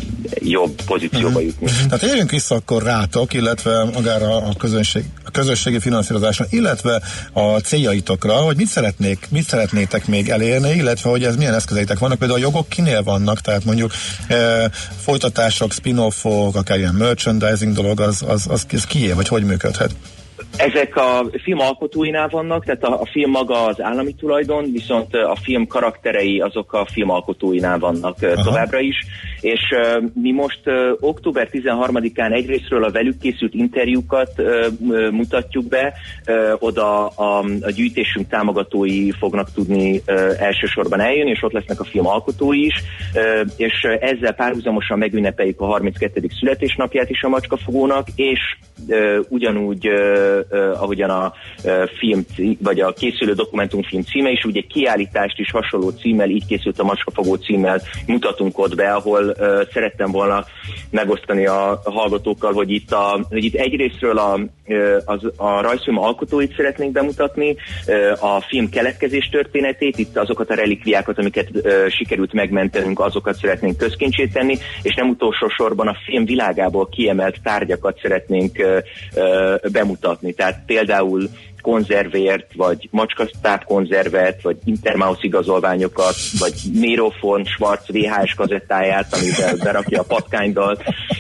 jobb pozícióba uh-huh. jutni. Tehát érjünk vissza akkor rátok, illetve magára a, közönség, a közösségi finanszírozásra, illetve a céljaitokra, hogy mit szeretnék, mit szeretnétek még elérni, illetve hogy ez milyen eszközeitek vannak, például a jogok kinél vannak, tehát mondjuk e, folytatások, spin-offok, akár ilyen merchandising dolog, az, az, az, az kié, vagy hogy működhet? Ezek a film alkotóinál vannak, tehát a, a film maga az állami tulajdon, viszont a film karakterei azok a film alkotóinál vannak Aha. továbbra is, és uh, mi most uh, október tizenharmadikán egyrésztről a velük készült interjúkat uh, uh, mutatjuk be, uh, oda a, a gyűjtésünk támogatói fognak tudni uh, elsősorban eljönni, és ott lesznek a film alkotói is, uh, és ezzel párhuzamosan megünnepeljük a harminckettedik születésnapját is a Macskafogónak, és uh, ugyanúgy uh, Uh, ahogyan a uh, film, vagy a készülő dokumentumfilm címe is, ugye kiállítást is hasonló címmel, így készült a Macskafogó címmel mutatunk ott be, ahol uh, szerettem volna megosztani a hallgatókkal, hogy itt, a, hogy itt egyrésztről a, az, a rajzfilm alkotóit szeretnénk bemutatni, uh, a film keletkezés történetét, itt azokat a relikviákat, amiket uh, sikerült megmentenünk, azokat szeretnénk közkincsét tenni, és nem utolsó sorban a film világából kiemelt tárgyakat szeretnénk uh, uh, bemutatni. Tehát például konzervért, vagy macskasztáp konzervet, vagy Intermouse igazolványokat, vagy Nero von Schwarz vé há es kazettáját, amivel berakja a patkánydal,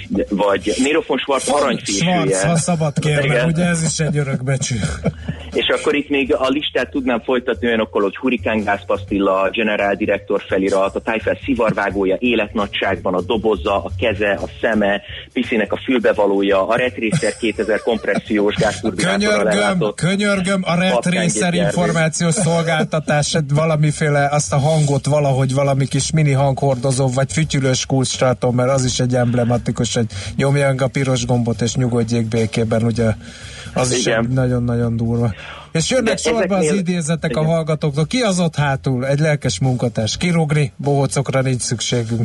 vagy Nero von Schwarz aranyfésűje. Schwarz, ha szabad kérlek, ugye ez is egy örökbecsű. És akkor itt még a listát tudnám folytatni olyanokkal, hogy Hurrikán gázpasztilla, General Director felirat, a tájfel szivarvágója életnagyságban, a doboza, a keze, a szeme, Piszinek a fülbevalója, a Retracer kétezer kompressziós gázturbinátorral ellátott. Könyörgöm, a Retracer információs szolgáltatás, valamiféle azt a hangot valahogy valami kis mini hanghordozó, vagy fütyülős kulcstartó, mert az is egy emblematikus, hogy nyomjunk a piros gombot és nyugodjék békében, ugye az Igen. is nagyon-nagyon durva. És jönnek sorba az idézetek Igen. a hallgatóktól. Ki az ott hátul? Egy lelkes munkatárs. Kirúgni, bohócokra nincs szükségünk.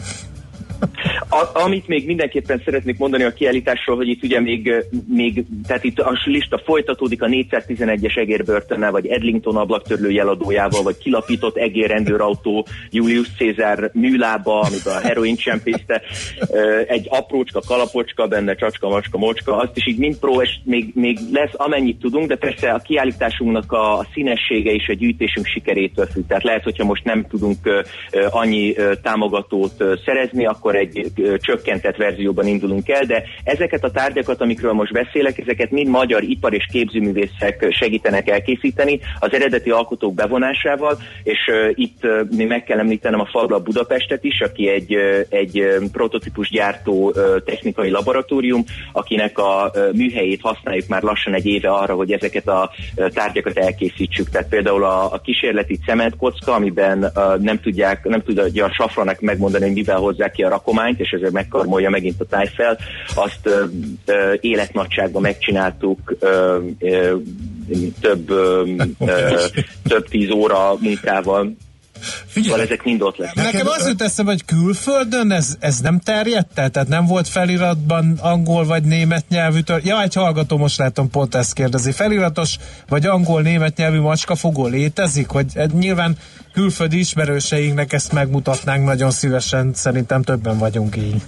A, amit még mindenképpen szeretnék mondani a kiállításról, hogy itt ugye még, még tehát itt a lista folytatódik a négyszáztizenegyes egérbörtönnel, vagy Edlington ablaktörlő jeladójával, vagy kilapított egérrendőrautó Julius Caesar műlába, amiben a heroin csempészte, egy aprócska kalapocska, benne csacska, macska, mocska, azt is így mind pró, és még, még lesz amennyit tudunk, de persze a kiállításunknak a, a színessége és a gyűjtésünk sikerétől függ. Tehát lehet, hogyha most nem tudunk annyi támogatót szerezni, akkor egy csökkentett verzióban indulunk el, de ezeket a tárgyakat, amikről most beszélek, ezeket mind magyar ipar- és képzőművészek segítenek elkészíteni az eredeti alkotók bevonásával, és uh, itt uh, még meg kell említenem a Fabla Budapestet is, aki egy, uh, egy uh, prototípus gyártó uh, technikai laboratórium, akinek a uh, műhelyét használjuk már lassan egy éve arra, hogy ezeket a uh, tárgyakat elkészítsük. Tehát például a, a kísérleti cementkocka, amiben uh, nem tudják, nem tudja a Safranek megmondani, hogy mivel hozzák ki a rakományt, és ezért megkarmolja megint a tájfel. Azt ö, ö, életnagyságban megcsináltuk ö, ö, több, ö, ö, több tíz óra munkával. Szóval ezek mind ott lesznek. Nekem az jut eszembe, hogy külföldön ez, ez nem terjedt el? Tehát nem volt feliratban angol vagy német nyelvű tör... Ja, egy hallgató, most látom, pont ezt kérdezi. Feliratos vagy angol-német nyelvű macskafogó létezik? Hogy nyilván külföldi ismerőseinknek ezt megmutatnánk nagyon szívesen, szerintem többen vagyunk így.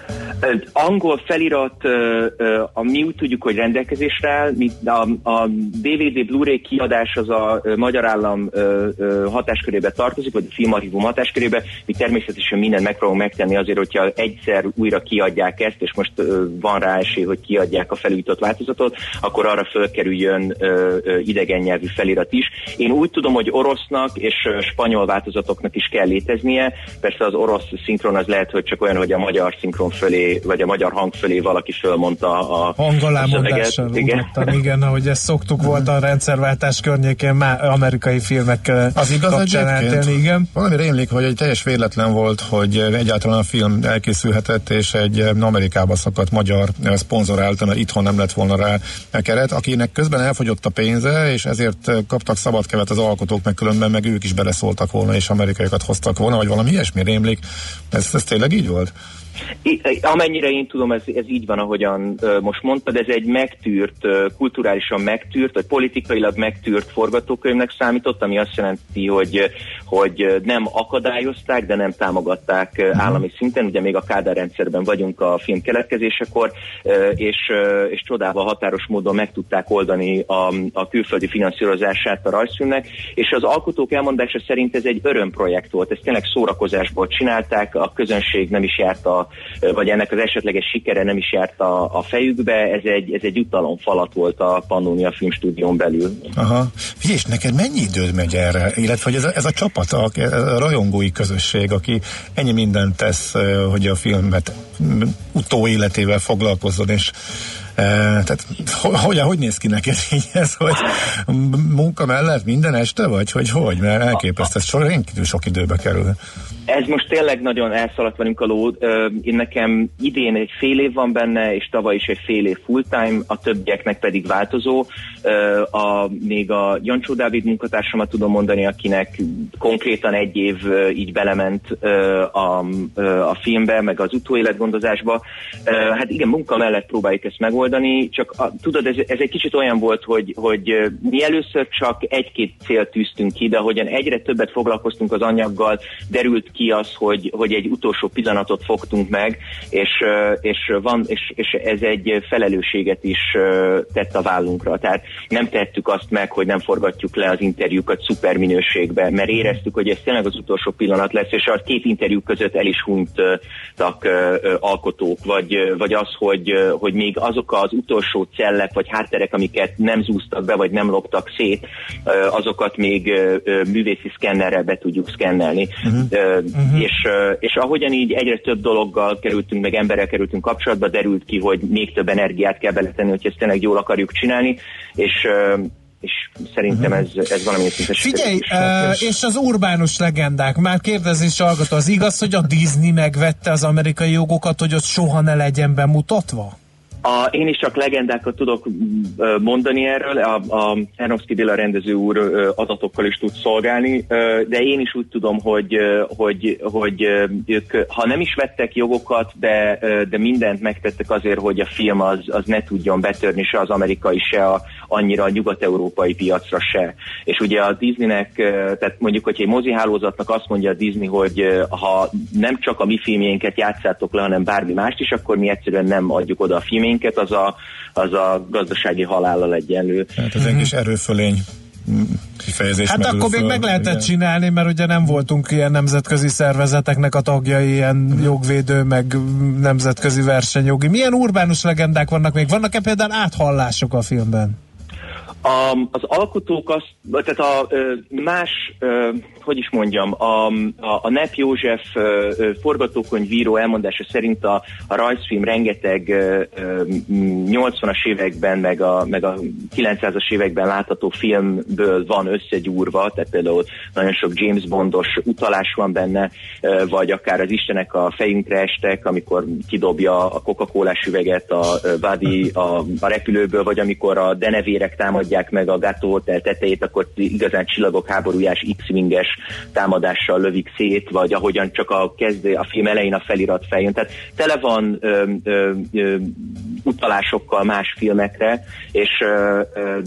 Angol felirat, a, mi úgy tudjuk, hogy rendelkezésre áll, a, a dé vé dé Blu-ray kiadás az a magyar állam hatáskörébe tartozik, vagy a filmarchívum hatáskörébe, mi természetesen mindent megpróbálunk megtenni azért, hogyha egyszer újra kiadják ezt, és most van rá esély, hogy kiadják a felújított változatot, akkor arra fölkerüljön idegen nyelvű felirat is. Én úgy tudom, hogy orosznak és spanyol változatoknak is kell léteznie, persze az orosz szinkron az lehet, hogy csak olyan, hogy a magyar szinkron fölé vagy a magyar hang fölé valaki fölmondta a, a szöveget. Igen. igen, ahogy ezt szoktuk volt a rendszerváltás környékén már amerikai filmekkel az igaz kapcsán átélni, igen. Valami rémlik, hogy egy teljes véletlen volt, hogy egyáltalán a film elkészülhetett, és egy Amerikába szakadt magyar szponzoráltan, mert itthon nem lett volna rá keret, akinek közben elfogyott a pénze, és ezért kaptak szabadkevet az alkotók, meg különben meg ők is beleszóltak volna, és amerikaiakat hoztak volna, vagy valami ilyesmi rémlik. Ez, ez tényleg így volt? I, amennyire én tudom, ez, ez így van, ahogyan uh, most mondtad, ez egy megtűrt, uh, kulturálisan megtűrt, vagy politikailag megtűrt forgatókönyvnek számított, ami azt jelenti, hogy, hogy nem akadályozták, de nem támogatták uh, állami szinten, ugye még a Kádár rendszerben vagyunk a film keletkezésekor, uh, és, uh, és csodával határos módon meg tudták oldani a, a külföldi finanszírozását a rajzfilmnek, és az alkotók elmondása szerint ez egy örömprojekt volt, ezt tényleg szórakozásból csinálták, a közönség nem is járt a vagy ennek az esetleges sikere nem is járt a, a fejükbe, ez egy, ez egy jutalomfalat volt a Pannonia Filmstúdión belül. Aha. Figyelj, neked mennyi időd megy erre? Illetve, hogy ez a, ez a csapat, a, a rajongói közösség, aki ennyi mindent tesz, hogy a filmet utóéletével foglalkozzon, és e, tehát hogy, hogy néz ki neked így ez, hogy munka mellett minden este, vagy hogy hogy? Mert elképesztő, ez so, sok időbe kerül. Ez most tényleg nagyon elszaladt velünk a ló. Én nekem idén egy fél év van benne, és tavaly is egy fél év full-time, a többieknek pedig változó. A, még a Jancsó Dávid munkatársamat tudom mondani, akinek konkrétan egy év így belement a, a filmbe, meg az utóéletgondozásba. Hát igen, munka mellett próbáljuk ezt megoldani, csak a, tudod, ez, ez egy kicsit olyan volt, hogy, hogy mi először csak egy-két célt tűztünk ki, de ahogyan egyre többet foglalkoztunk az anyaggal, derült ki az, hogy, hogy egy utolsó pillanatot fogtunk meg, és, és, van, és, és ez egy felelősséget is tett a vállunkra. Tehát nem tettük azt meg, hogy nem forgatjuk le az interjúkat szuper minőségbe, mert éreztük, hogy ez tényleg az utolsó pillanat lesz, és a két interjú között el is hunytak alkotók, vagy, vagy az, hogy, hogy még azok az utolsó cellek, vagy hátterek, amiket nem zúztak be, vagy nem loptak szét, azokat még művészi szkennerrel be tudjuk szkennelni. Uh-huh. Uh-huh. És, és ahogyan így egyre több dologgal kerültünk, meg emberrel kerültünk kapcsolatba, derült ki, hogy még több energiát kell beletenni, hogy ezt tényleg jól akarjuk csinálni, és, és szerintem ez, ez valamilyen szinten Figyelj, uh, és az urbánus legendák, már kérdezés hallgató, az igaz, hogy a Disney megvette az amerikai jogokat, hogy ott soha ne legyen bemutatva? A, én is csak legendákat tudok mondani erről, a, a Aronofsky Béla rendező úr adatokkal is tud szolgálni, de én is úgy tudom, hogy, hogy, hogy ők, ha nem is vettek jogokat, de, de mindent megtettek azért, hogy a film az, az ne tudjon betörni se az amerikai, se a, annyira a nyugat-európai piacra se. És ugye a Disneynek, tehát mondjuk, hogy egy mozihálózatnak azt mondja a Disney, hogy ha nem csak a mi filmjénket játszátok le, hanem bármi mást is, akkor mi egyszerűen nem adjuk oda a filmjénket, az a, az a gazdasági halállal egyenlő. Hát ez egy kis erőfölény kifejezés. Hát akkor még meg lehetett igen. csinálni, mert ugye nem voltunk ilyen nemzetközi szervezeteknek a tagjai, ilyen jogvédő, meg nemzetközi versenyjogi. Milyen urbánus legendák vannak még? Vannak-e például áthallások a filmben? A, az alkotók azt, tehát a más, hogy is mondjam, a, a, a Nepp József forgatókönyvíró elmondása szerint a, a rajzfilm rengeteg nyolcvanas években, meg a, meg a kilencszázas években látható filmből van összegyúrva, tehát például nagyon sok James Bondos utalás van benne, vagy akár az Istenek a fejünkre estek, amikor kidobja a Coca-Colás üveget a Buddy a, a repülőből, vagy amikor a denevérek támadják meg a Gato Hotel tetejét, akkor igazán csillagok háborújás X-winges támadással lövik szét, vagy ahogyan csak a kezdő, a film elején a felirat feljön. Tehát tele van ö, ö, ö, utalásokkal más filmekre, és, ö,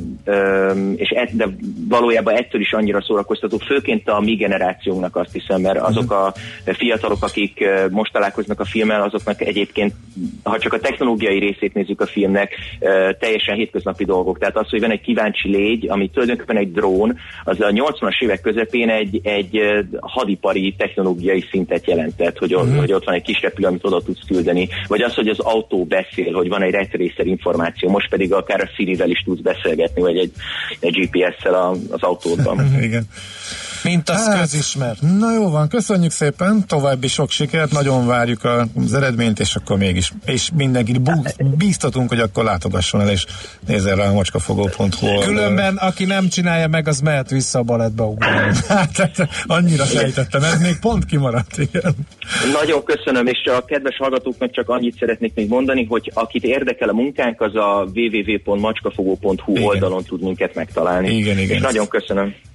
ö, és et, de valójában ettől is annyira szórakoztató, főként a mi generációnknak, azt hiszem, mert azok a fiatalok, akik most találkoznak a filmmel, azoknak egyébként, ha csak a technológiai részét nézzük a filmnek, teljesen hétköznapi dolgok. Tehát az, hogy van egy kíváncsi légy, ami tulajdonképpen egy drón, az a nyolcvanas évek közepén egy, egy hadipari technológiai szintet jelentett, hogy, mm. hogy ott van egy kis repülő, amit oda tudsz küldeni, vagy az, hogy az autó beszél, hogy van egy retrészer információ, most pedig akár a Sirivel is tudsz beszélgetni, vagy egy, egy gé pé es-szel az autódban. Igen. Mint az hát, közismert. Na jó van, köszönjük szépen, további sok sikert, nagyon várjuk az eredményt, és akkor mégis, és mindenkit bíztatunk, hogy akkor látogasson el, és nézzen rá a macskafogó pont hu. Különben, aki nem csinálja meg, az mehet vissza a balettbe ugrani. Hát, annyira sejtettem, ez még pont kimaradt, igen. Nagyon köszönöm, és a kedves hallgatóknak csak annyit szeretnék még mondani, hogy akit érdekel a munkánk, az a double-u double-u double-u pont macskafogó pont hu oldalon tud minket megtalálni. Igen, igen. És nagyon köszönöm.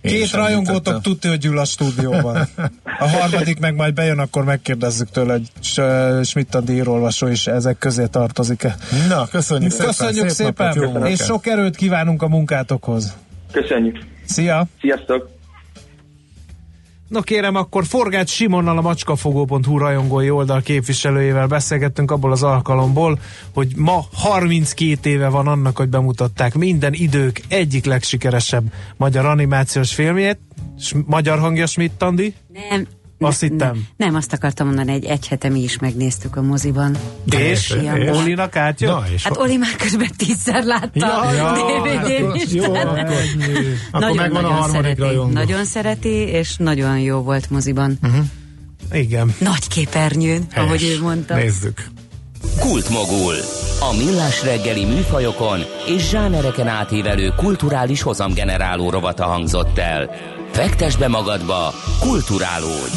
Két rajongótok tudja, hogy ül a stúdióban. A harmadik meg majd bejön, akkor megkérdezzük tőle, hogy Schmidt Andi írólvasó is ezek közé tartozik-e. Na, köszönjük szépen. Köszönjük szép szépen, napot, és sok erőt kívánunk a munkátokhoz. Köszönjük. Szia! Sziasztok! No kérem, akkor Forgács Simonnal, a macskafogó pont hu rajongói oldal képviselőjével beszélgettünk abból az alkalomból, hogy ma harminckét éve van annak, hogy bemutatták minden idők egyik legsikeresebb magyar animációs filmjét. Magyar hangja Schmidt Andi? Nem. Azt ne, hittem. Ne, nem, azt akartam mondani, egy, egy hete mi is megnéztük a moziban. És? és? Olinak átjött? Na, hát Oli már közben tízszer látta ja, ja, dé vé dén is. Jó, akkor, akkor nagyon, megvan a harmadik rajongó. Nagyon szereti, és nagyon jó volt moziban. Uh-huh. Igen. Nagy képernyőn, helyes, ahogy ő mondta. Nézzük. Kultmogul. A millás reggeli műfajokon és zsánereken átívelő kulturális hozamgeneráló rovata hangzott el. Fektesd be magadba, kulturálódj!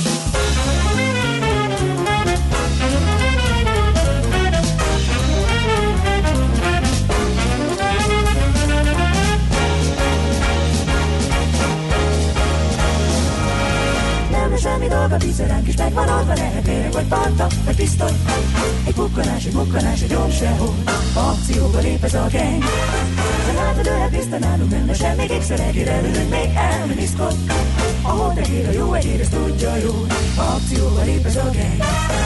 Semmi dolga, vízeránk is megvan adva, lehet méreg vagy parta, vagy pisztoly. Egy bukkanás, egy bukkanás, egy gyom sehol, akcióba lép ez a gang. De látod, lehet tiszta nálunk benne, semmi kékszer egér előnk, még elmeniszkod. Ahol tegér a jó egér, ezt tudja jól, akcióba lép ez a gang.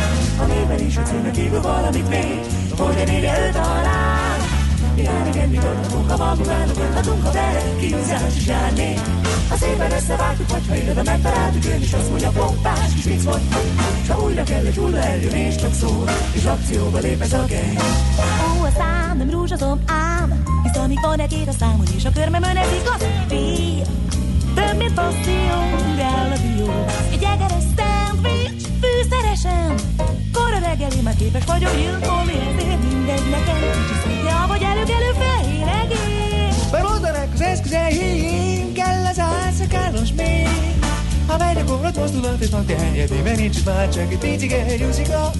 A néven is a címnek kívül valamit még, hogy a nége őt alá. Jár igen, mi gondolunk, ha magukálunk, önhatunk, ha vele kihúzás is járnék. Ha szépen összevágtuk, vagy ha ide megtaláltuk, ön is azt mondja, pompás kis vicc vagy. S ha újra kell, hogy hulla eljön, és csak szól, és akcióba lép ez a gang. Ó, a szám nem rúzsazom ám, hisz amíg van egy a számon, és a körmömön ezik az fél. Több, mint passzíunk, áll a dió. Egy egeres szendvics, fűszeresen. Kora reggeli, már képes vagyok gyilkolni, ezért mindegy nekem. Kicsi szintje, vagy előkelő fehér egész. Bemoldanak az eszközeink, kell az álszakálos még. Ha megy a korlat mozdulat, és napja enyedében nincs itt már csak egy picike nyúzika.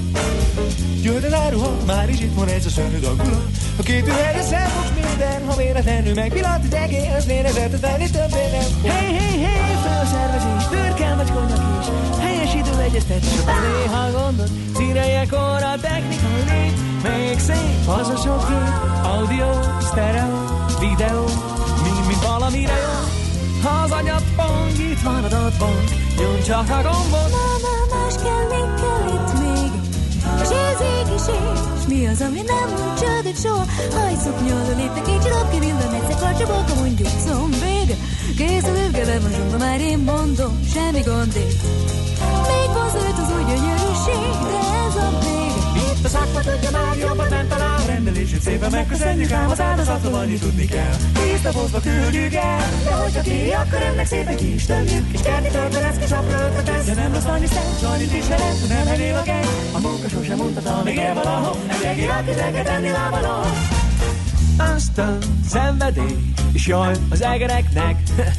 Jöjjön az áruha, már is itt van ez a szörnyű dagulat. A két üveg összefogsz minden, ha véletlenül megpillant egy egész, lélezetet venni többé nem. Hey, hey, hey, fel a szervezés, bőrkel vagy konyak is. Helyes idő egyeztet, sok az néha gondot. Színeljekor a technika lép, még szép az a sok kép. Audio, stereo, videó, mind-mind valamire jó. Ha az anyapong itt van adatban, nyomd csak a gombot. Na, na, más kell, még kell itt még. És érzék is és mi az, ami nem működik soha. Hajszok nyolva léptek, egy csodap ki minden, egyszer karcsabolka mondjuk zombég. Készül őkebe van zsomba, már én mondom, semmi gondét. Még van zöld az új gyönyörűség, de ez a vég. Itt a szakma tudja már jobban nem talál. Rendelését szépen megköszönjük, ám az áldozatom annyi tudni kell. Tiszta bozba küldjük el, de hogyha kéri, akkor ennek szépen ki is tömjük. Kis kerti törtelesz, kis aprőt tesz, de nem rossz annyi szent, annyit is veled, nem elél a geny. A munka sosem mondhatom, még él valahol, egy egér, akit reggel tenni lábaló. Aztán szenvedély, és jaj, az egereknek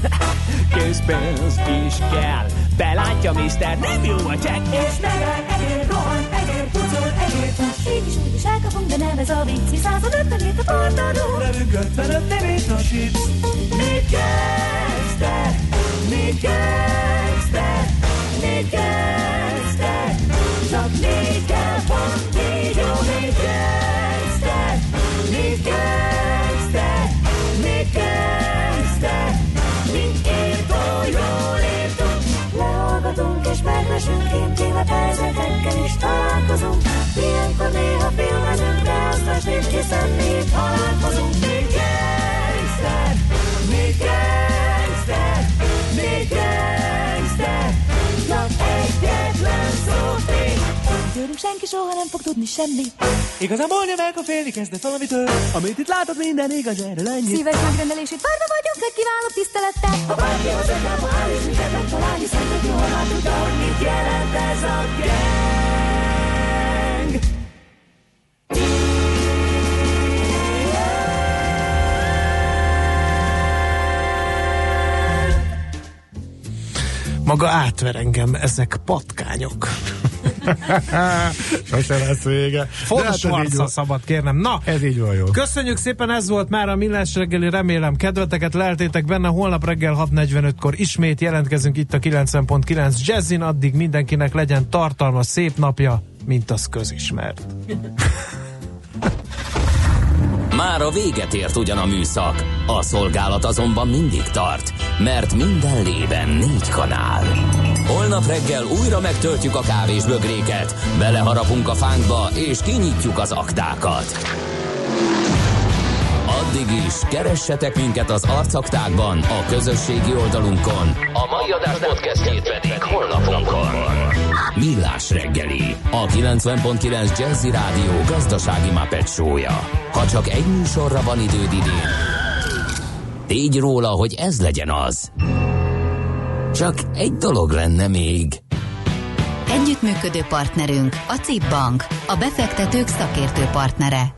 készpénz is kell. Belátja, miszter, nem jó a csekk. És nevel, egér, rohan, egér, pucol, egér, puc. Így is úgy is elkapunk, de nem ez a vicc. Mi századötten ért a partadó. Nevünk ötvenöt nevét a chips. Mit gangster, mit gangster, mit gangster. Csak négy kell, pont négy jó, mit gangster, mit gangster, mit gangster. Mint írtó, jól írtunk. Lehallgatunk és megvesünk, én téved helyzetekkel is találkozunk. Ilyenkor néha filmezünk, de azt a stílt, hiszen mi itt halálkozunk. Mi gangster, mi gangster, mi gangster. Csak egyetlen szót még. Tőlünk senki soha nem fog tudni semmi. Igazából nyomák a félni kezdett valamitől. Amit itt látod, minden igaz, erről ennyi. Szíves megrendelését várva vagyunk, egy kiváló tisztelettel. Ha bárki hozzá nem áll, és minket megtalál, hiszen tök jól már tudta, hogy mit jelent ez a gang. Maga átver engem, ezek patkányok. Sose lesz vége. Fontos hát szabad kérnem. Na, ez így van jó. Köszönjük szépen, ez volt már a Millás reggeli, remélem kedveteket leltétek benne. Holnap reggel hat negyvenötkor ismét jelentkezünk itt a kilencven pont kilenc Jazzin, addig mindenkinek legyen tartalmas, szép napja, mint az közismert. Már a véget ért ugyan a műszak, a szolgálat azonban mindig tart, mert minden lében négy kanál. Holnap reggel újra megtöltjük a kávésbögréket, beleharapunk a fánkba és kinyitjuk az aktákat. Addig is keressetek minket az arcaktákban, a közösségi oldalunkon, a mai adás podcastjét pedig holnapunkon. Millás reggeli, a kilencven pont kilenc Jazzy Rádió gazdasági Muppet show-ja. Ha csak egy műsorra van időd idén, tégy róla, hogy ez legyen az. Csak egy dolog lenne még. Együttműködő partnerünk a cé i pé Bank, a befektetők szakértő partnere.